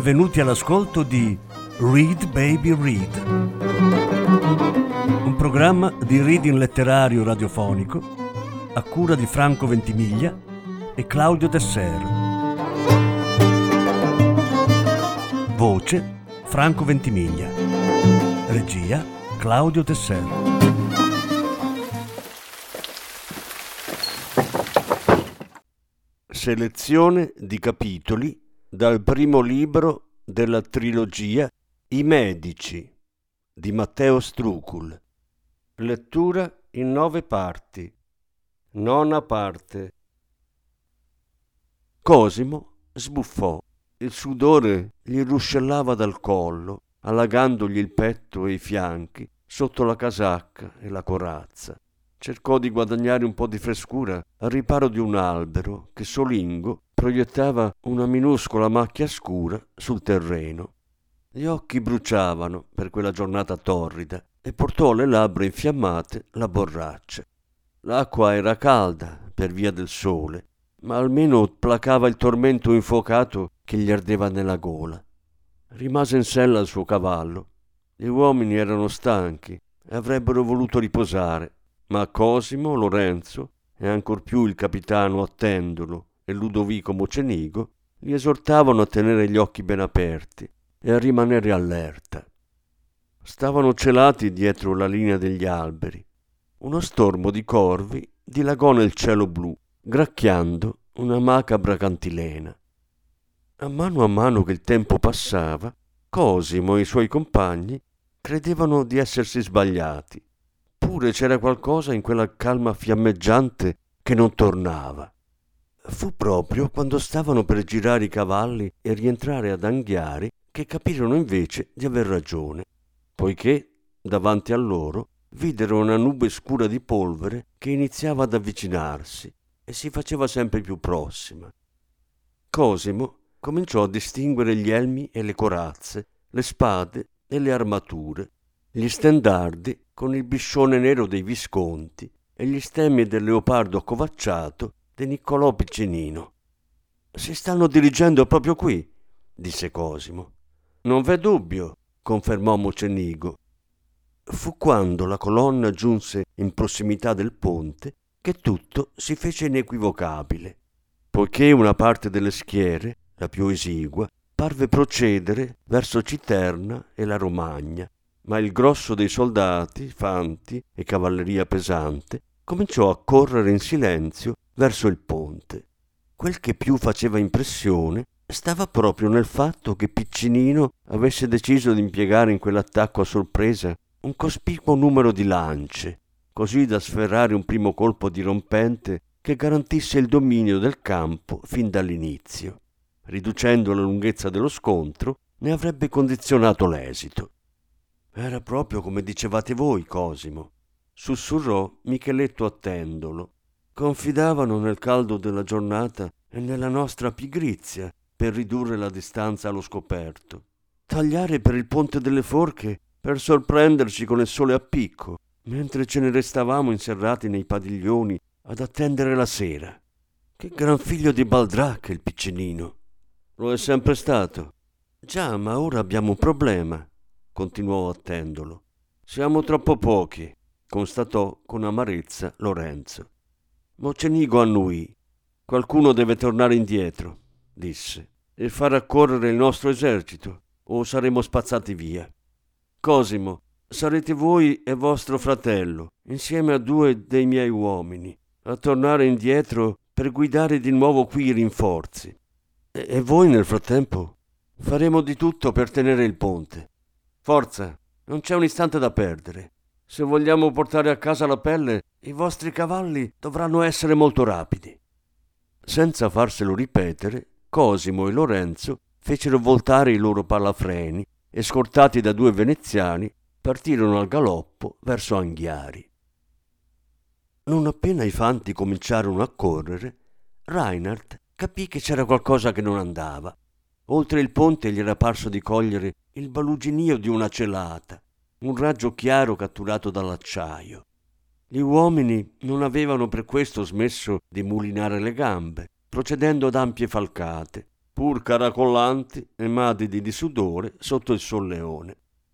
Benvenuti all'ascolto di Read Baby Read, un programma di reading letterario radiofonico a cura di Franco Ventimiglia e Claudio Desser. Voce Franco Ventimiglia. Regia Claudio Desser. Selezione di capitoli dal primo libro della trilogia I Medici di Matteo Strucul. Lettura in 9 parti. Nona parte. Cosimo sbuffò. Il sudore gli ruscellava dal collo, allagandogli il petto e i fianchi sotto la casacca e la corazza. Cercò di guadagnare un po' di frescura al riparo di un albero che solingo proiettava una minuscola macchia scura sul terreno. Gli occhi bruciavano per quella giornata torrida e portò alle labbra infiammate la borraccia. L'acqua era calda per via del sole, ma almeno placava il tormento infuocato che gli ardeva nella gola. Rimase in sella al suo cavallo. Gli uomini erano stanchi e avrebbero voluto riposare, ma Cosimo, Lorenzo e ancor più il capitano Attendolo e Ludovico Mocenigo li esortavano a tenere gli occhi ben aperti e a rimanere allerta. Stavano celati dietro la linea degli alberi. Uno stormo di corvi dilagò nel cielo blu, gracchiando una macabra cantilena. A mano che il tempo passava, Cosimo e i suoi compagni credevano di essersi sbagliati. Pure c'era qualcosa in quella calma fiammeggiante che non tornava. Fu proprio quando stavano per girare i cavalli e rientrare ad Anghiari che capirono invece di aver ragione, poiché davanti a loro videro una nube scura di polvere che iniziava ad avvicinarsi e si faceva sempre più prossima. Cosimo cominciò a distinguere gli elmi e le corazze, le spade e le armature, gli stendardi con il biscione nero dei Visconti e gli stemmi del leopardo accovacciato di Niccolò Piccinino. «Si stanno dirigendo proprio qui», disse Cosimo. «Non v'è dubbio», confermò Mocenigo. Fu quando la colonna giunse in prossimità del ponte che tutto si fece inequivocabile, poiché una parte delle schiere, la più esigua, parve procedere verso Citerna e la Romagna, ma il grosso dei soldati, fanti e cavalleria pesante cominciò a correre in silenzio verso il ponte. Quel che più faceva impressione stava proprio nel fatto che Piccinino avesse deciso di impiegare in quell'attacco a sorpresa un cospicuo numero di lance, così da sferrare un primo colpo dirompente che garantisse il dominio del campo fin dall'inizio. Riducendo la lunghezza dello scontro, ne avrebbe condizionato l'esito. «Era proprio come dicevate voi, Cosimo», sussurrò Micheletto Attendolo. «Confidavano nel caldo della giornata e nella nostra pigrizia per ridurre la distanza allo scoperto. Tagliare per il Ponte delle Forche per sorprenderci con il sole a picco, mentre ce ne restavamo inserrati nei padiglioni ad attendere la sera. Che gran figlio di Baldrac il Piccinino! Lo è sempre stato. Già, ma ora abbiamo un problema», continuò Attendolo. «Siamo troppo pochi», constatò con amarezza Lorenzo. Mocenigo annui. «Qualcuno deve tornare indietro», disse, «e far accorrere il nostro esercito, o saremo spazzati via. Cosimo, sarete voi e vostro fratello, insieme a 2 dei miei uomini, a tornare indietro per guidare di nuovo qui i rinforzi. E voi nel frattempo faremo di tutto per tenere il ponte. Forza, non c'è un istante da perdere. Se vogliamo portare a casa la pelle, i vostri cavalli dovranno essere molto rapidi». Senza farselo ripetere, Cosimo e Lorenzo fecero voltare i loro palafreni e, scortati da 2 veneziani, partirono al galoppo verso Anghiari. Non appena i fanti cominciarono a correre, Reinhardt capì che c'era qualcosa che non andava. Oltre il ponte gli era parso di cogliere il baluginio di una celata, un raggio chiaro catturato dall'acciaio. Gli uomini non avevano per questo smesso di mulinare le gambe, procedendo ad ampie falcate, pur caracollanti e madidi di sudore sotto il solleone.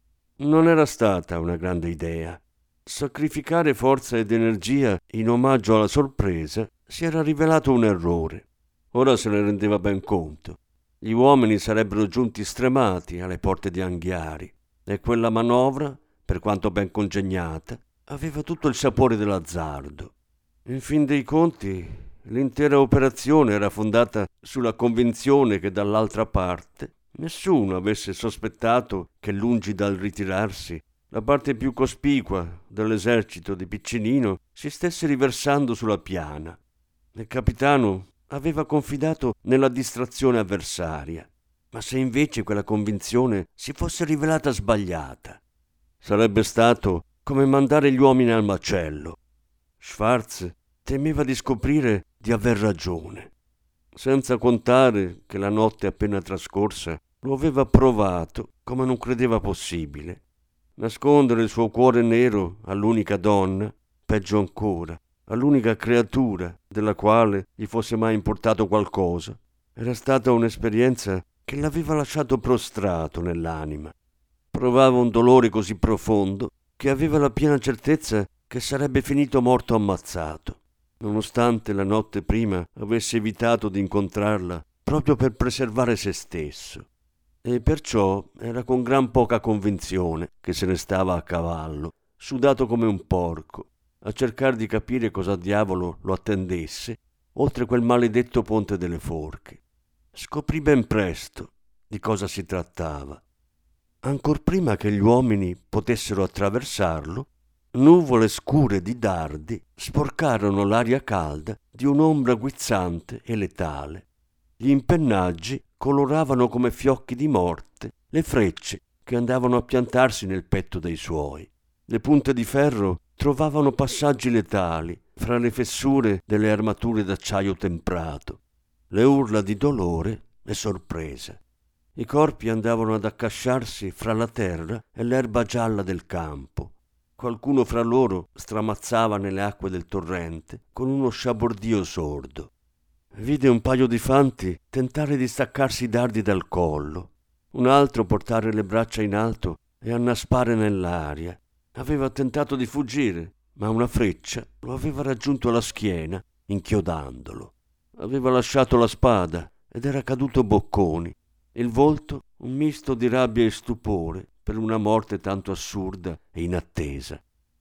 Non era stata una grande idea. Sacrificare forza ed energia in omaggio alla sorpresa si era rivelato un errore. Ora se ne rendeva ben conto. Gli uomini sarebbero giunti stremati alle porte di Anghiari e quella manovra, per quanto ben congegnata, aveva tutto il sapore dell'azzardo. In fin dei conti, l'intera operazione era fondata sulla convinzione che dall'altra parte nessuno avesse sospettato che, lungi dal ritirarsi, la parte più cospicua dell'esercito di Piccinino si stesse riversando sulla piana. Il capitano aveva confidato nella distrazione avversaria, ma se invece quella convinzione si fosse rivelata sbagliata, sarebbe stato come mandare gli uomini al macello. Schwartz temeva di scoprire di aver ragione, senza contare che la notte appena trascorsa lo aveva provato come non credeva possibile. Nascondere il suo cuore nero all'unica donna, peggio ancora, all'unica creatura della quale gli fosse mai importato qualcosa, era stata un'esperienza che l'aveva lasciato prostrato nell'anima. Provava un dolore così profondo che aveva la piena certezza che sarebbe finito morto ammazzato, nonostante la notte prima avesse evitato di incontrarla proprio per preservare se stesso. E perciò era con gran poca convinzione che se ne stava a cavallo, sudato come un porco, a cercare di capire cosa diavolo lo attendesse oltre quel maledetto ponte delle Forche. Scoprì ben presto di cosa si trattava. Ancor prima che gli uomini potessero attraversarlo, nuvole scure di dardi sporcarono l'aria calda di un'ombra guizzante e letale. Gli impennaggi coloravano come fiocchi di morte le frecce che andavano a piantarsi nel petto dei suoi. Le punte di ferro trovavano passaggi letali fra le fessure delle armature d'acciaio temprato. Le urla di dolore e sorpresa. I corpi andavano ad accasciarsi fra la terra e l'erba gialla del campo. Qualcuno fra loro stramazzava nelle acque del torrente con uno sciabordio sordo. Vide un paio di fanti tentare di staccarsi i dardi dal collo, un altro portare le braccia in alto e annaspare nell'aria. Aveva tentato di fuggire, ma una freccia lo aveva raggiunto alla schiena, inchiodandolo. Aveva lasciato la spada ed era caduto bocconi, il volto un misto di rabbia e stupore per una morte tanto assurda e inattesa.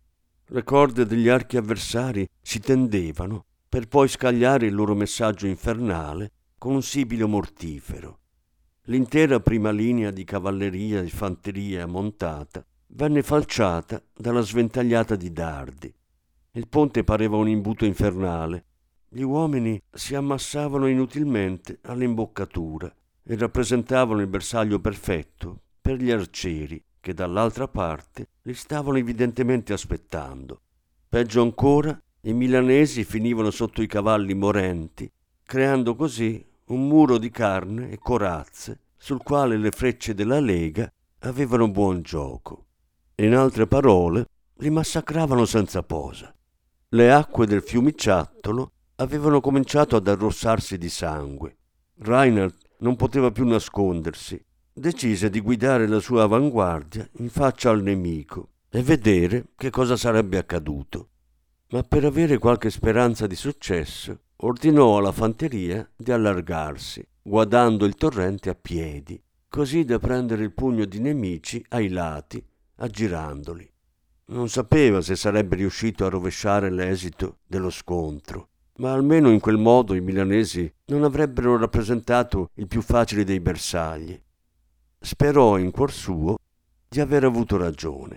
Le corde degli archi avversari si tendevano per poi scagliare il loro messaggio infernale con un sibilo mortifero. L'intera prima linea di cavalleria e fanteria montata venne falciata dalla sventagliata di dardi. Il ponte pareva un imbuto infernale. Gli uomini si ammassavano inutilmente all'imboccatura e rappresentavano il bersaglio perfetto per gli arcieri che dall'altra parte li stavano evidentemente aspettando. Peggio ancora, i milanesi finivano sotto i cavalli morenti, creando così un muro di carne e corazze sul quale le frecce della Lega avevano buon gioco. In altre parole, li massacravano senza posa. Le acque del fiumiciattolo avevano cominciato ad arrossarsi di sangue. Reinhardt non poteva più nascondersi. Decise di guidare la sua avanguardia in faccia al nemico e vedere che cosa sarebbe accaduto. Ma per avere qualche speranza di successo, ordinò alla fanteria di allargarsi, guardando il torrente a piedi, così da prendere il pugno di nemici ai lati, aggirandoli. Non sapeva se sarebbe riuscito a rovesciare l'esito dello scontro, ma almeno in quel modo i milanesi non avrebbero rappresentato il più facile dei bersagli. Sperò in cuor suo di aver avuto ragione.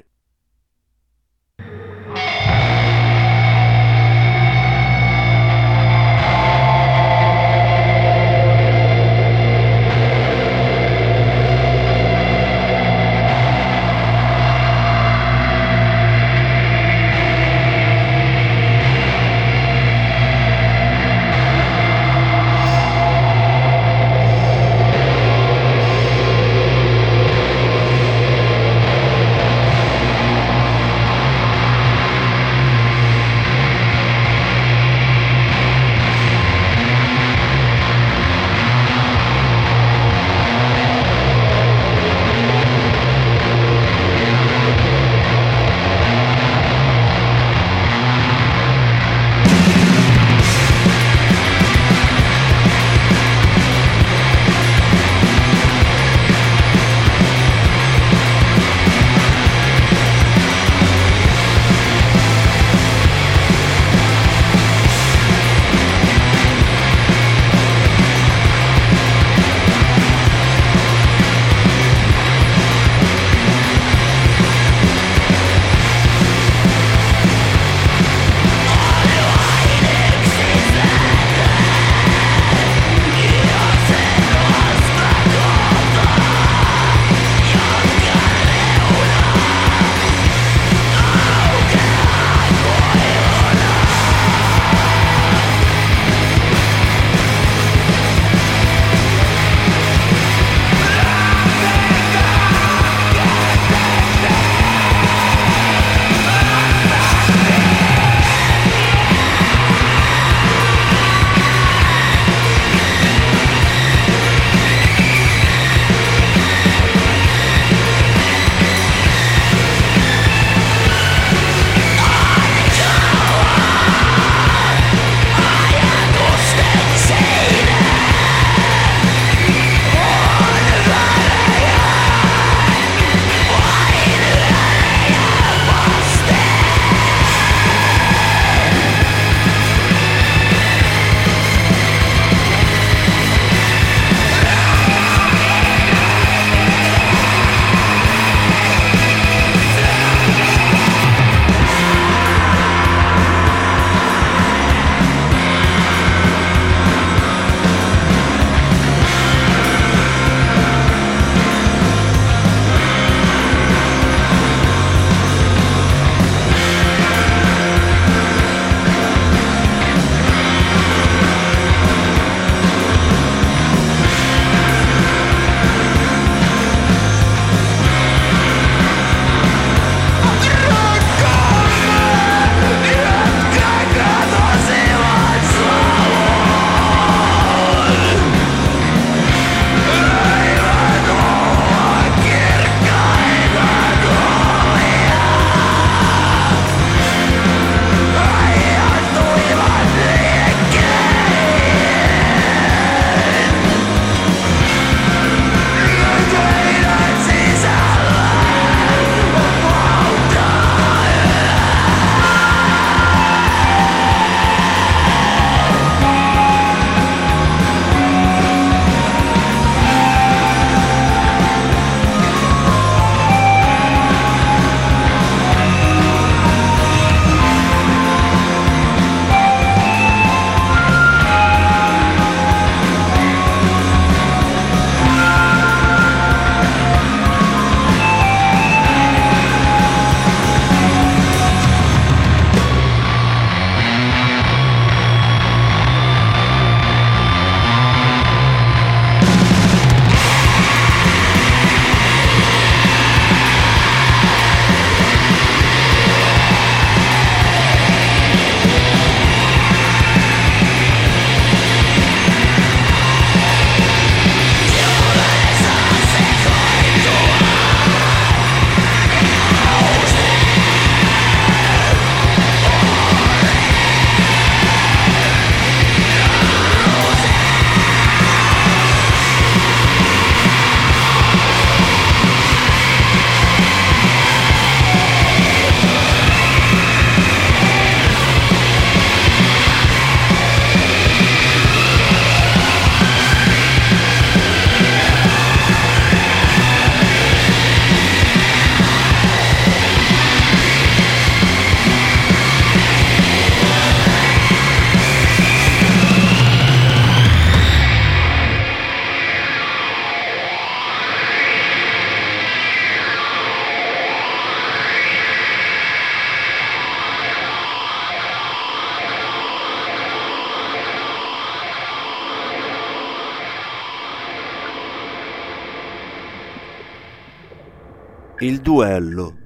Il duello.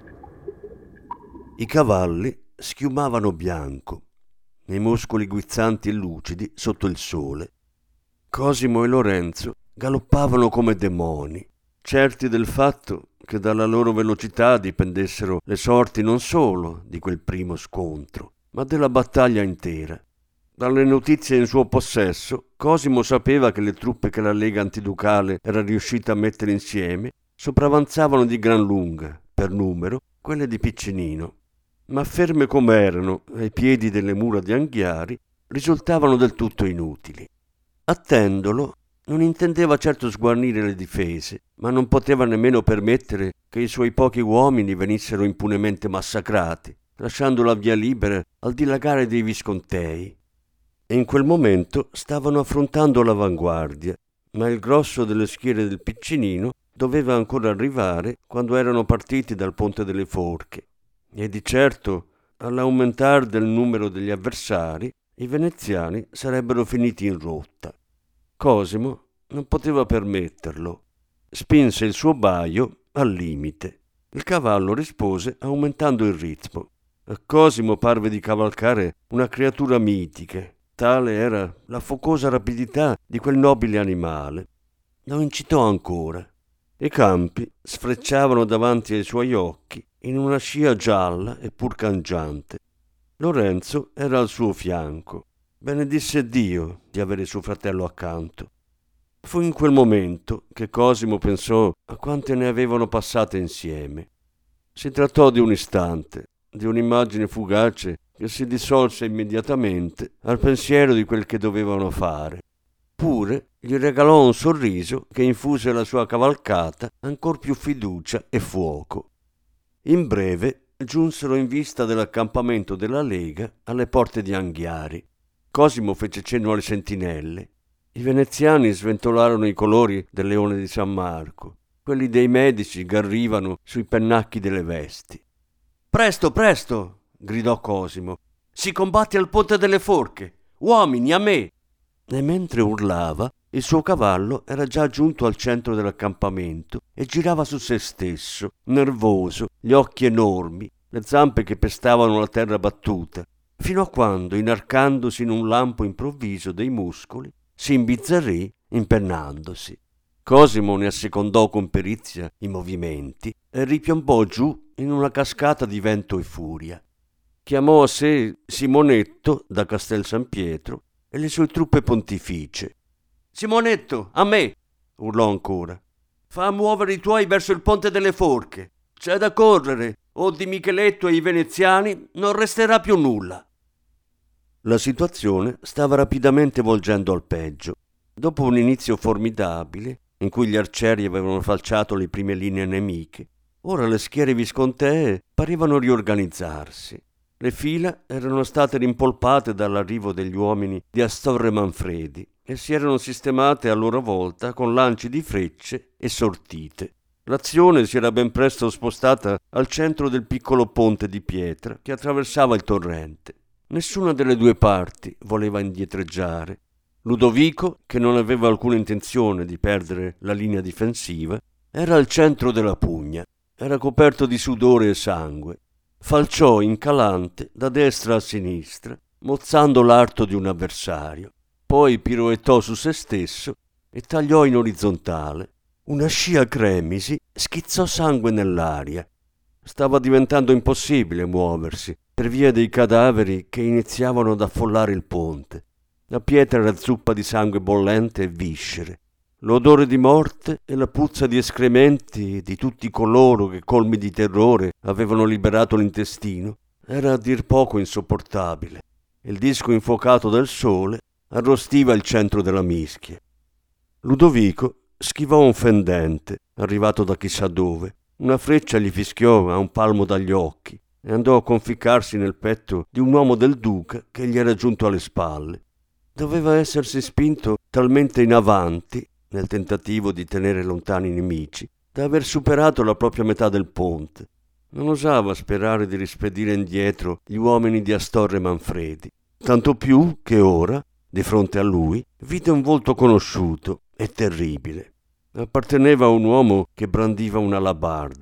I cavalli schiumavano bianco, i muscoli guizzanti e lucidi sotto il sole. Cosimo e Lorenzo galoppavano come demoni, certi del fatto che dalla loro velocità dipendessero le sorti non solo di quel primo scontro, ma della battaglia intera. Dalle notizie in suo possesso, Cosimo sapeva che le truppe che la Lega Antiducale era riuscita a mettere insieme sopravanzavano di gran lunga, per numero, quelle di Piccinino, ma ferme come erano ai piedi delle mura di Anghiari, risultavano del tutto inutili. Attendolo non intendeva certo sguarnire le difese, ma non poteva nemmeno permettere che i suoi pochi uomini venissero impunemente massacrati, lasciando la via libera al dilagare dei Viscontei. E in quel momento stavano affrontando l'avanguardia, ma il grosso delle schiere del Piccinino doveva ancora arrivare quando erano partiti dal Ponte delle Forche, e di certo, all'aumentare del numero degli avversari, i veneziani sarebbero finiti in rotta. Cosimo non poteva permetterlo. Spinse il suo baio al limite. Il cavallo rispose aumentando il ritmo. A Cosimo parve di cavalcare una creatura mitica. Tale era la focosa rapidità di quel nobile animale. Lo incitò ancora. I campi sfrecciavano davanti ai suoi occhi in una scia gialla e pur cangiante. Lorenzo era al suo fianco. Benedisse Dio di avere suo fratello accanto. Fu in quel momento che Cosimo pensò a quante ne avevano passate insieme. Si trattò di un istante, di un'immagine fugace che si dissolse immediatamente al pensiero di quel che dovevano fare. Pure gli regalò un sorriso che infuse alla sua cavalcata ancor più fiducia e fuoco. In breve giunsero in vista dell'accampamento della Lega alle porte di Anghiari. Cosimo fece cenno alle sentinelle. I veneziani sventolarono i colori del Leone di San Marco. Quelli dei medici garrivano sui pennacchi delle vesti. «Presto, presto!» gridò Cosimo. «Si combatte al Ponte delle Forche! Uomini, a me!» E mentre urlava, il suo cavallo era già giunto al centro dell'accampamento e girava su se stesso, nervoso, gli occhi enormi, le zampe che pestavano la terra battuta, fino a quando, inarcandosi in un lampo improvviso dei muscoli, si imbizzarrì impennandosi. Cosimo ne assecondò con perizia i movimenti e ripiombò giù in una cascata di vento e furia. Chiamò a sé Simonetto da Castel San Pietro e le sue truppe pontificie. «Simonetto, a me!» urlò ancora. «Fa muovere i tuoi verso il Ponte delle Forche. C'è da correre, o di Micheletto e i veneziani non resterà più nulla». La situazione stava rapidamente volgendo al peggio. Dopo un inizio formidabile, in cui gli arcieri avevano falciato le prime linee nemiche, ora le schiere viscontee parevano riorganizzarsi. Le fila erano state rimpolpate dall'arrivo degli uomini di Astorre Manfredi e si erano sistemate a loro volta con lanci di frecce e sortite. L'azione si era ben presto spostata al centro del piccolo ponte di pietra che attraversava il torrente. Nessuna delle due parti voleva indietreggiare. Ludovico, che non aveva alcuna intenzione di perdere la linea difensiva, era al centro della pugna. Era coperto di sudore e sangue. Falciò incalante da destra a sinistra, mozzando l'arto di un avversario. Poi piroettò su se stesso e tagliò in orizzontale. Una scia cremisi schizzò sangue nell'aria. Stava diventando impossibile muoversi per via dei cadaveri che iniziavano ad affollare il ponte. La pietra era zuppa di sangue bollente e viscere. L'odore di morte e la puzza di escrementi di tutti coloro che, colmi di terrore, avevano liberato l'intestino era a dir poco insopportabile. Il disco infuocato del sole arrostiva il centro della mischia. Ludovico schivò un fendente, arrivato da chissà dove. Una freccia gli fischiò a un palmo dagli occhi e andò a conficcarsi nel petto di un uomo del duca che gli era giunto alle spalle. Doveva essersi spinto talmente in avanti, nel tentativo di tenere lontani i nemici, da aver superato la propria metà del ponte. Non osava sperare di rispedire indietro gli uomini di Astorre Manfredi, tanto più che ora, di fronte a lui, vide un volto conosciuto e terribile. Apparteneva a un uomo che brandiva un'alabarda.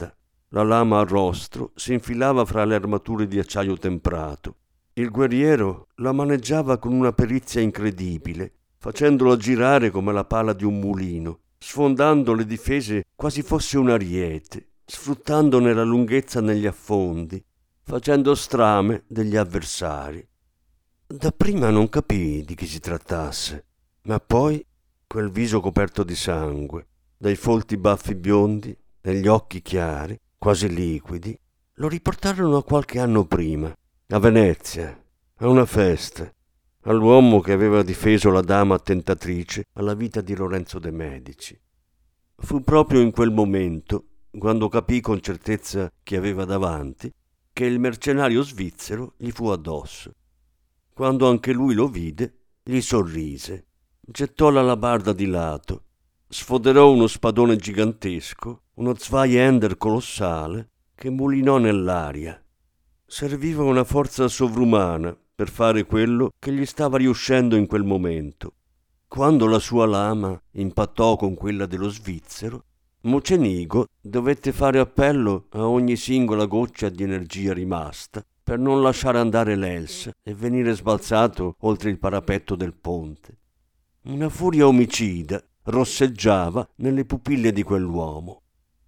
La lama a rostro si infilava fra le armature di acciaio temprato. Il guerriero la maneggiava con una perizia incredibile, facendola girare come la pala di un mulino, sfondando le difese quasi fosse un ariete, sfruttandone la lunghezza negli affondi, facendo strame degli avversari. Dapprima non capii di chi si trattasse, ma poi quel viso coperto di sangue, dai folti baffi biondi e gli occhi chiari, quasi liquidi, lo riportarono a qualche anno prima, a Venezia, a una festa, all'uomo che aveva difeso la dama attentatrice alla vita di Lorenzo de' Medici. Fu proprio in quel momento, quando capì con certezza chi aveva davanti, che il mercenario svizzero gli fu addosso. Quando anche lui lo vide, gli sorrise, gettò l'alabarda di lato, sfoderò uno spadone gigantesco, uno Zweihander colossale, che mulinò nell'aria. Serviva una forza sovrumana per fare quello che gli stava riuscendo in quel momento. Quando la sua lama impattò con quella dello svizzero, Mocenigo dovette fare appello a ogni singola goccia di energia rimasta per non lasciare andare l'Els e venire sbalzato oltre il parapetto del ponte. Una furia omicida rosseggiava nelle pupille di quell'uomo.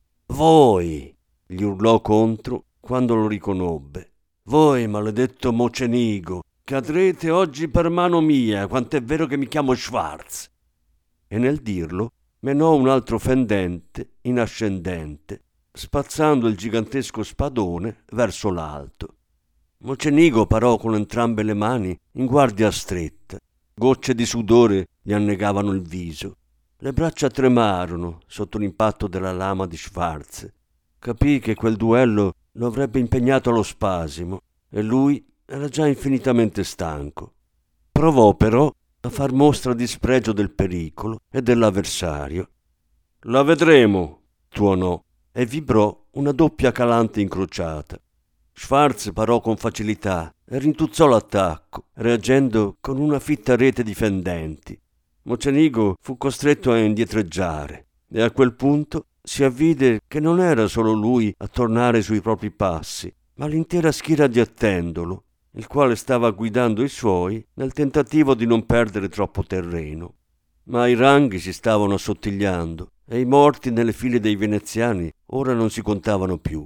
«Voi!» gli urlò contro quando lo riconobbe. «Voi, maledetto Mocenigo, cadrete oggi per mano mia, quant'è vero che mi chiamo Schwarz!» E nel dirlo menò un altro fendente in ascendente, spazzando il gigantesco spadone verso l'alto. Mocenigo parò con entrambe le mani in guardia stretta. Gocce di sudore gli annegavano il viso. Le braccia tremarono sotto l'impatto della lama di Schwarz. Capì che quel duello lo avrebbe impegnato allo spasimo e lui era già infinitamente stanco. Provò però a far mostra di spregio del pericolo e dell'avversario. «La vedremo», tuonò, e vibrò una doppia calante incrociata. Schwarz parò con facilità e rintuzzò l'attacco, reagendo con una fitta rete di fendenti. Mocenigo fu costretto a indietreggiare e a quel punto si avvide che non era solo lui a tornare sui propri passi, ma l'intera schiera di Attendolo, il quale stava guidando i suoi nel tentativo di non perdere troppo terreno. Ma i ranghi si stavano assottigliando e i morti nelle file dei veneziani ora non si contavano più.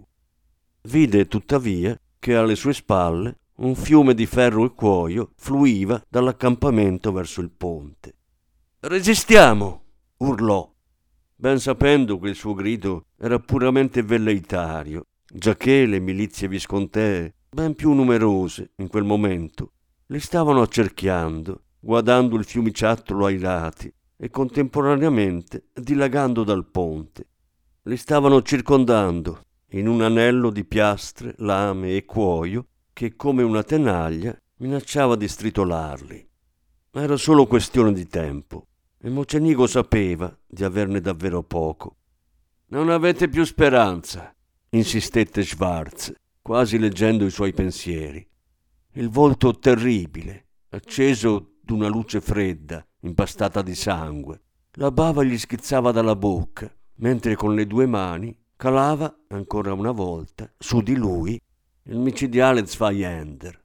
Vide tuttavia che alle sue spalle un fiume di ferro e cuoio fluiva dall'accampamento verso il ponte. «Resistiamo!» urlò, ben sapendo che il suo grido era puramente velleitario, giacché le milizie viscontee, ben più numerose in quel momento, li stavano accerchiando, guardando il fiumiciattolo ai lati e contemporaneamente dilagando dal ponte. Li stavano circondando in un anello di piastre, lame e cuoio che, come una tenaglia, minacciava di stritolarli. Era solo questione di tempo e Mocenigo sapeva di averne davvero poco. «Non avete più speranza», insistette Schwarz, quasi leggendo i suoi pensieri. Il volto terribile, acceso d'una luce fredda, impastata di sangue. La bava gli schizzava dalla bocca, mentre con le due mani calava ancora una volta su di lui il micidiale Zweihander.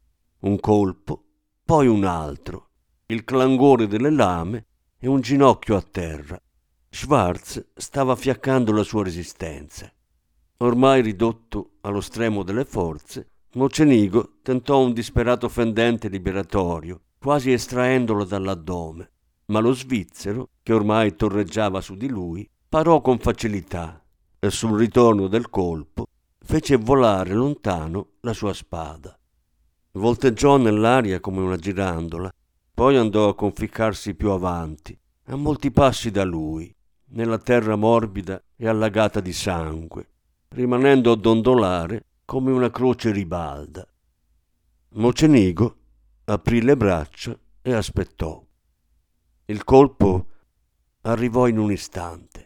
Un colpo, poi un altro, il clangore delle lame e un ginocchio a terra. Schwarz stava fiaccando la sua resistenza. Ormai ridotto allo stremo delle forze, Mocenigo tentò un disperato fendente liberatorio, quasi estraendolo dall'addome, ma lo svizzero, che ormai torreggiava su di lui, parò con facilità e sul ritorno del colpo fece volare lontano la sua spada. Volteggiò nell'aria come una girandola, poi andò a conficcarsi più avanti, a molti passi da lui, nella terra morbida e allagata di sangue, rimanendo a dondolare come una croce ribalda. Mocenigo aprì le braccia e aspettò. Il colpo arrivò in un istante.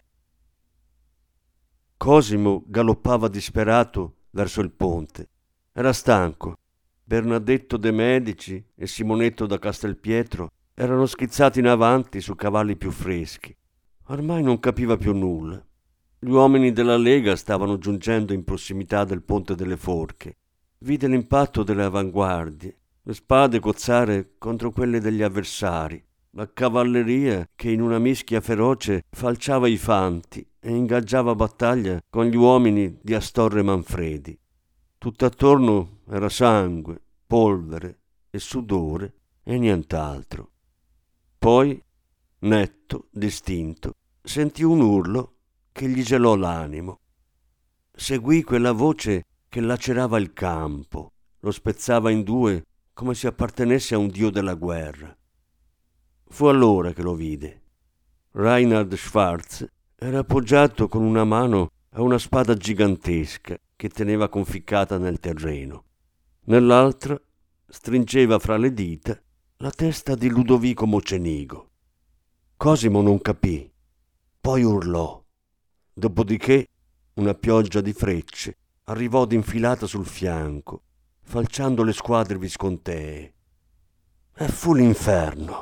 Cosimo galoppava disperato verso il ponte. Era stanco. Bernardetto de' Medici e Simonetto da Castelpietro erano schizzati in avanti su cavalli più freschi. Ormai non capiva più nulla. Gli uomini della Lega stavano giungendo in prossimità del Ponte delle Forche. Vide l'impatto delle avanguardie, le spade cozzare contro quelle degli avversari, la cavalleria che in una mischia feroce falciava i fanti e ingaggiava battaglia con gli uomini di Astorre Manfredi. Tutt'attorno era sangue, polvere e sudore e nient'altro. Poi, netto, distinto, sentì un urlo che gli gelò l'animo. Seguì quella voce che lacerava il campo, lo spezzava in due come se appartenesse a un dio della guerra. Fu allora che lo vide. Reinhard Schwarz era appoggiato con una mano a una spada gigantesca che teneva conficcata nel terreno. Nell'altra stringeva fra le dita la testa di Ludovico Mocenigo. Cosimo non capì, poi urlò. Dopodiché una pioggia di frecce arrivò d'infilata sul fianco, falciando le squadre viscontee. E fu l'inferno.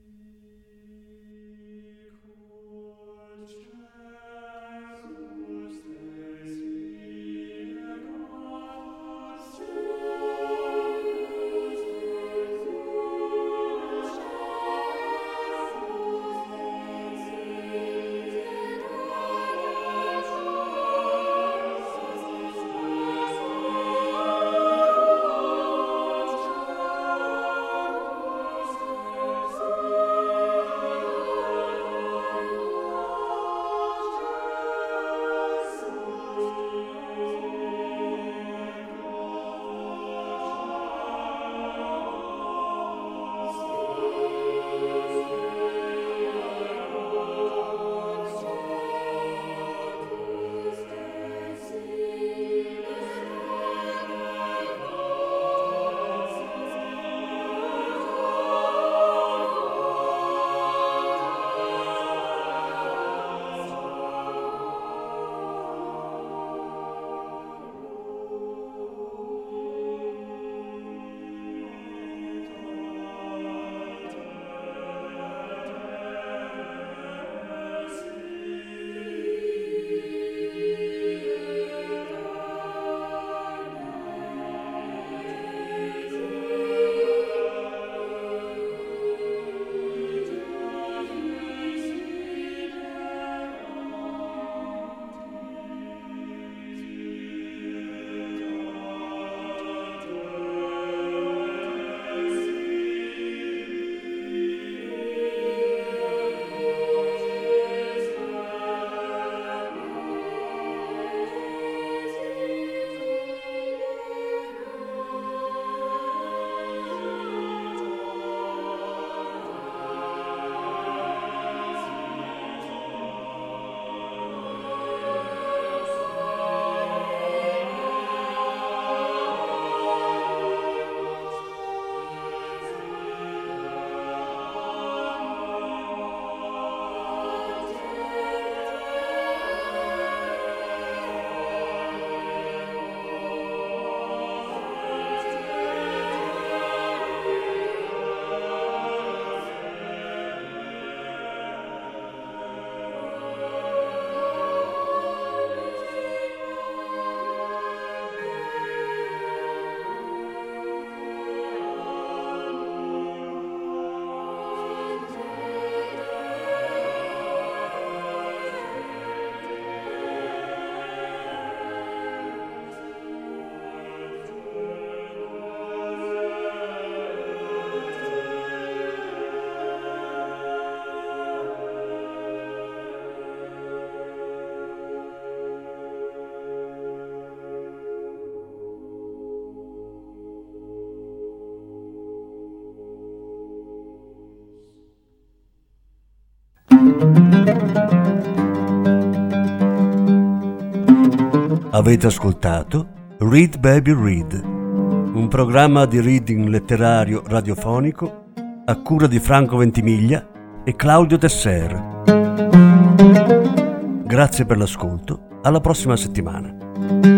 Avete ascoltato Read Baby Read, un programma di reading letterario radiofonico a cura di Franco Ventimiglia e Claudio Tesser. Grazie per l'ascolto, alla prossima settimana.